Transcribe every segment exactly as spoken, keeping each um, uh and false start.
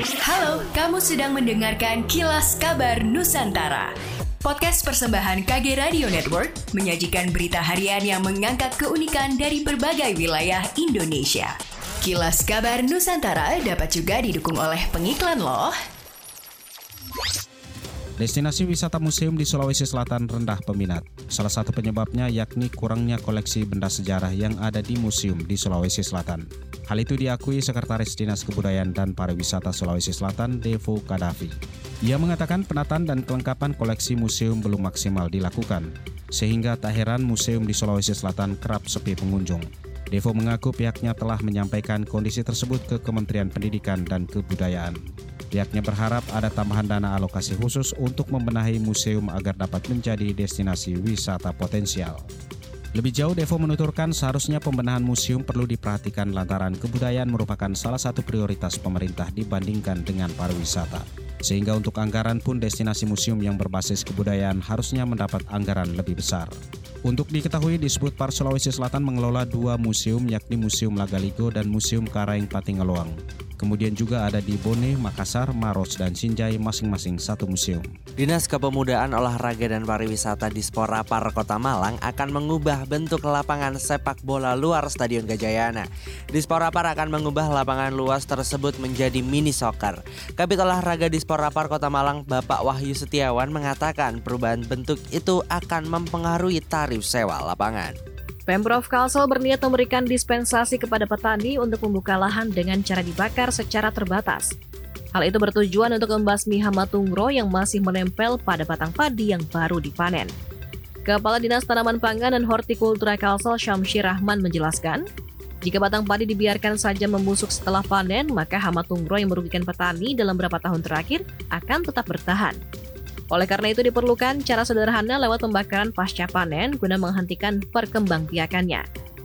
Halo, kamu sedang mendengarkan Kilas Kabar Nusantara. Podcast persembahan K G Radio Network menyajikan berita harian yang mengangkat keunikan dari berbagai wilayah Indonesia. Kilas Kabar Nusantara dapat juga didukung oleh pengiklan loh. Destinasi wisata museum di Sulawesi Selatan rendah peminat. Salah satu penyebabnya yakni kurangnya koleksi benda sejarah yang ada di museum di Sulawesi Selatan. Hal itu diakui Sekretaris Dinas Kebudayaan dan Pariwisata Sulawesi Selatan, Devo Kadafi. Ia mengatakan penataan dan kelengkapan koleksi museum belum maksimal dilakukan, sehingga tak heran museum di Sulawesi Selatan kerap sepi pengunjung. Devo mengaku pihaknya telah menyampaikan kondisi tersebut ke Kementerian Pendidikan dan Kebudayaan. Pihaknya berharap ada tambahan dana alokasi khusus untuk membenahi museum agar dapat menjadi destinasi wisata potensial. Lebih jauh, Devo menuturkan seharusnya pembenahan museum perlu diperhatikan lantaran kebudayaan merupakan salah satu prioritas pemerintah dibandingkan dengan pariwisata. Sehingga untuk anggaran pun destinasi museum yang berbasis kebudayaan harusnya mendapat anggaran lebih besar. Untuk diketahui, Disbudpar Sulawesi Selatan mengelola dua museum yakni Museum Lagaligo dan Museum Karaeng Patinggaluang. Kemudian juga ada di Bone, Makassar, Maros, dan Sinjai masing-masing satu museum. Dinas Kepemudaan, Olahraga dan Pariwisata Disporapar Kota Malang akan mengubah bentuk lapangan sepak bola luar Stadion Gajayana. Disporapar akan mengubah lapangan luas tersebut menjadi mini soccer. Kabid Olahraga Disporapar Kota Malang, Bapak Wahyu Setiawan mengatakan perubahan bentuk itu akan mempengaruhi tarif sewa lapangan. Pemprov Kalsel berniat memberikan dispensasi kepada petani untuk membuka lahan dengan cara dibakar secara terbatas. Hal itu bertujuan untuk membasmi hama tungro yang masih menempel pada batang padi yang baru dipanen. Kepala Dinas Tanaman Pangan dan Hortikultura Kalsel, Syamsir Rahman menjelaskan, jika batang padi dibiarkan saja membusuk setelah panen, maka hama tungro yang merugikan petani dalam beberapa tahun terakhir akan tetap bertahan. Oleh karena itu diperlukan cara sederhana lewat pembakaran pasca panen guna menghentikan perkembangbiakannya.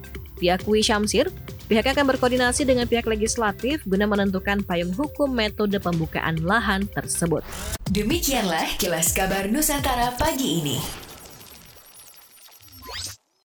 Diakui Syamsir, pihaknya akan berkoordinasi dengan pihak legislatif guna menentukan payung hukum metode pembukaan lahan tersebut. Demikianlah Kilas Kabar Nusantara pagi ini.